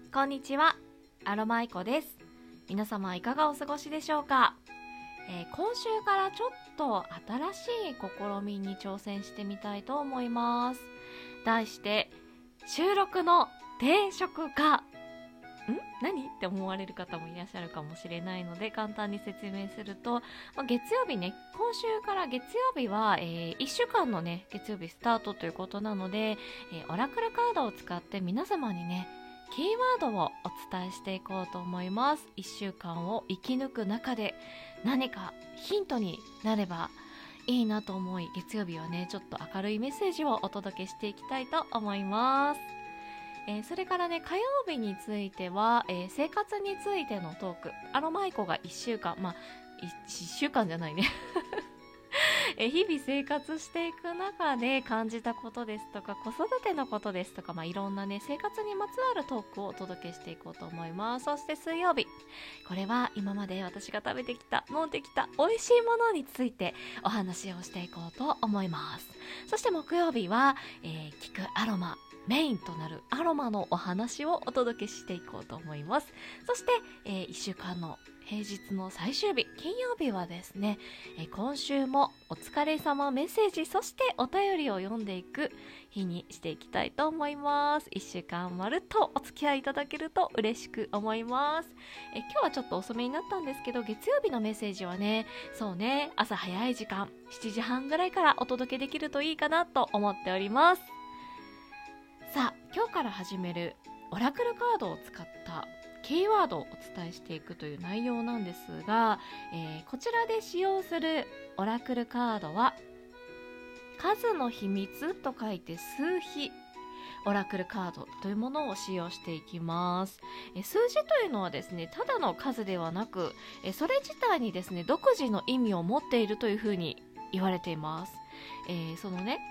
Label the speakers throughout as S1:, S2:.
S1: こんにちは、アロマイコです。皆様いかがお過ごしでしょうか。今週からちょっと新しい試みに挑戦してみたいと思います。題して収録の定食化。何って思われる方もいらっしゃるかもしれないので、簡単に説明すると、月曜日ね、今週から月曜日は、1週間のね月曜日スタートということなので、オラクルカードを使って皆様にねキーワードをお伝えしていこうと思います。1週間を生き抜く中で何かヒントになればいいなと思い、月曜日はねちょっと明るいメッセージをお届けしていきたいと思います。それからね、火曜日については、生活についてのトーク、アロマイコが1週間、1週間じゃないね日々生活していく中で感じたことですとか、子育てのことですとか、いろんなね生活にまつわるトークをお届けしていこうと思います。そして水曜日、これは今まで私が食べてきた飲んできた美味しいものについてお話をしていこうと思います。そして木曜日は、聞くアロマメインとなるアロマのお話をお届けしていこうと思います。そして、1週間の平日の最終日、金曜日はですね、今週もお疲れ様メッセージ、そしてお便りを読んでいく日にしていきたいと思います。1週間まるっとお付き合いいただけると嬉しく思います。今日はちょっと遅めになったんですけど、月曜日のメッセージはね、そうね、朝早い時間7時半ぐらいからお届けできるといいかなと思っております。さあ、今日から始めるオラクルカードを使ったキーワードをお伝えしていくという内容なんですが、こちらで使用するオラクルカードは数の秘密と書いて数秘オラクルカードというものを使用していきます。数字というのはですね、ただの数ではなく、それ自体にですね独自の意味を持っているというふうに言われています。そのね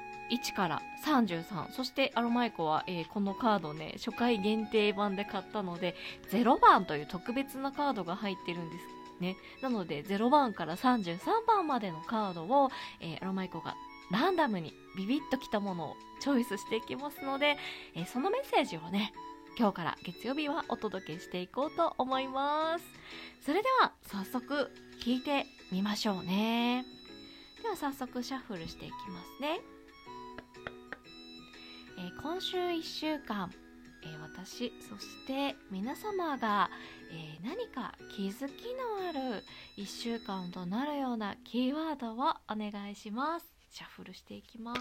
S1: 1から33、そしてアロマイコは、このカードね初回限定版で買ったので0番という特別なカードが入ってるんですね。なので0番から33番までのカードを、アロマイコがランダムにビビッときたものをチョイスしていきますので、そのメッセージをね今日から月曜日はお届けしていこうと思います。それでは早速聞いてみましょうね。では早速シャッフルしていきますね。今週1週間、私そして皆様が、何か気づきのある1週間となるようなキーワードをお願いします。シャッフルしていきます。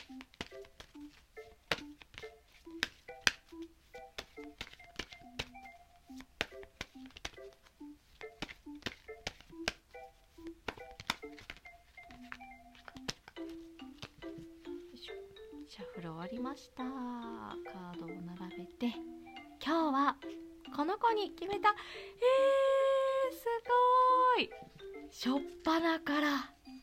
S1: シャッフル終わりました。カードを並べて、今日はこの子に決めた。すごい、しょっぱなから、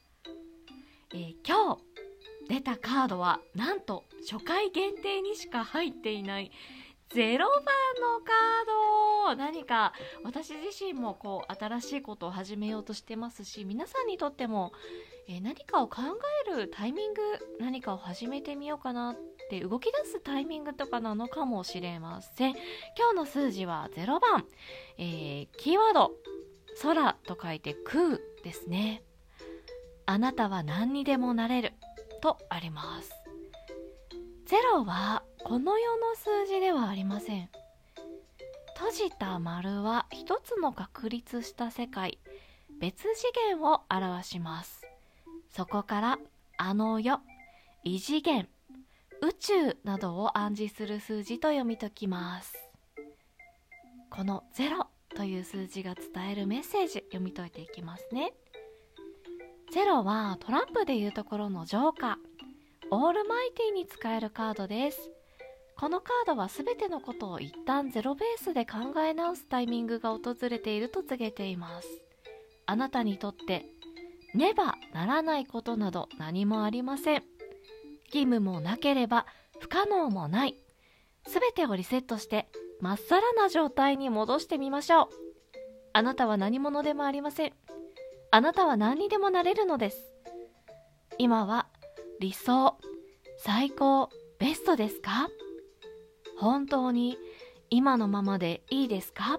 S1: 今日出たカードはなんと初回限定にしか入っていない0番のカード。何か私自身もこう新しいことを始めようとしてますし、皆さんにとっても何かを考えるタイミング、何かを始めてみようかなって動き出すタイミングとかなのかもしれません。今日の数字は0番、キーワード空と書いて空ですね。あなたは何にでもなれるとあります。0はこの世の数字ではありません。閉じた丸は一つの確立した世界、別次元を表します。そこからあの世、異次元、宇宙などを暗示する数字と読み解きます。この0という数字が伝えるメッセージ、読み解いていきますね。0はトランプでいうところのジョーカー、オールマイティに使えるカードです。このカードは全てのことを一旦ゼロベースで考え直すタイミングが訪れていると告げています。あなたにとってねばならないことなど何もありません。義務もなければ不可能もない。すべてをリセットしてまっさらな状態に戻してみましょう。あなたは何者でもありません。あなたは何にでもなれるのです。今は理想、最高、ベストですか？本当に今のままでいいですか？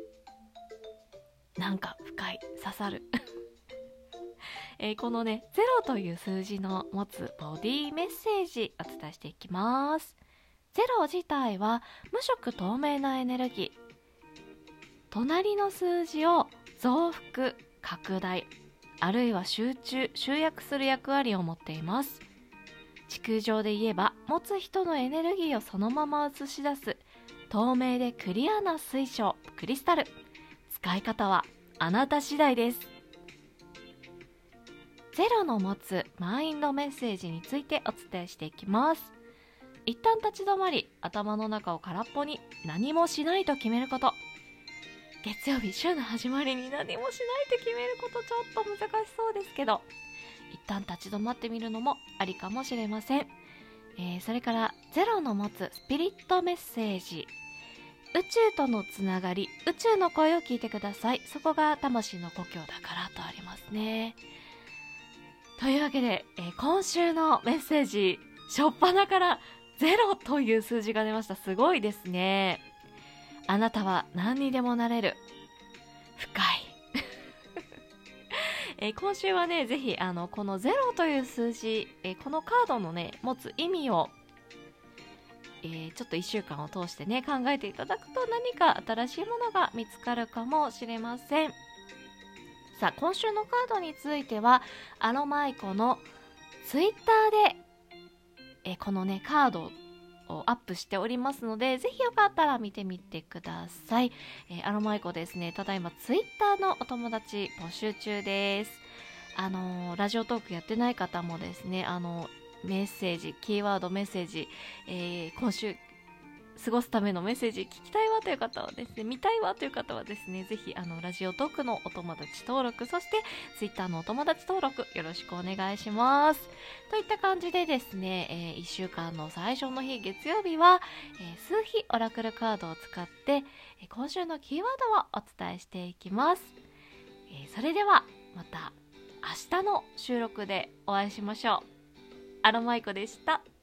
S1: なんか深い、刺さるこのね、0という数字の持つボディメッセージお伝えしていきます。0自体は無色透明なエネルギー。隣の数字を増幅、拡大、あるいは集約する役割を持っています。地球上で言えば、持つ人のエネルギーをそのまま映し出す透明でクリアな水晶、クリスタル。使い方はあなた次第です。ゼロの持つマインドメッセージについてお伝えしていきます。一旦立ち止まり、頭の中を空っぽに何もしないと決めること。月曜日、週の始まりに何もしないと決めること、ちょっと難しそうですけど、一旦立ち止まってみるのもありかもしれません。それからゼロの持つスピリットメッセージ。宇宙とのつながり、宇宙の声を聞いてください。そこが魂の故郷だからとありますね。というわけで、今週のメッセージ、初っ端からゼロという数字が出ました。すごいですね。あなたは何にでもなれる。深い。今週はね、ぜひこのゼロという数字、このカードのね、持つ意味を、ちょっと1週間を通してね、考えていただくと何か新しいものが見つかるかもしれません。さあ、今週のカードについては、アロマイコのツイッターで、このね、カードをアップしておりますので、ぜひよかったら見てみてください。アロマイコですね、ただいまツイッターのお友達募集中です。ラジオトークやってない方もですね、メッセージ、キーワードメッセージ、今週過ごすためのメッセージ聞きたいわという方はですね、見たいわという方はですね、ぜひラジオトークのお友達登録、そしてツイッターのお友達登録よろしくお願いします。といった感じでですね、1週間の最初の日月曜日は、数比オラクルカードを使って、今週のキーワードをお伝えしていきます。それではまた明日の収録でお会いしましょう。アロマイコでした。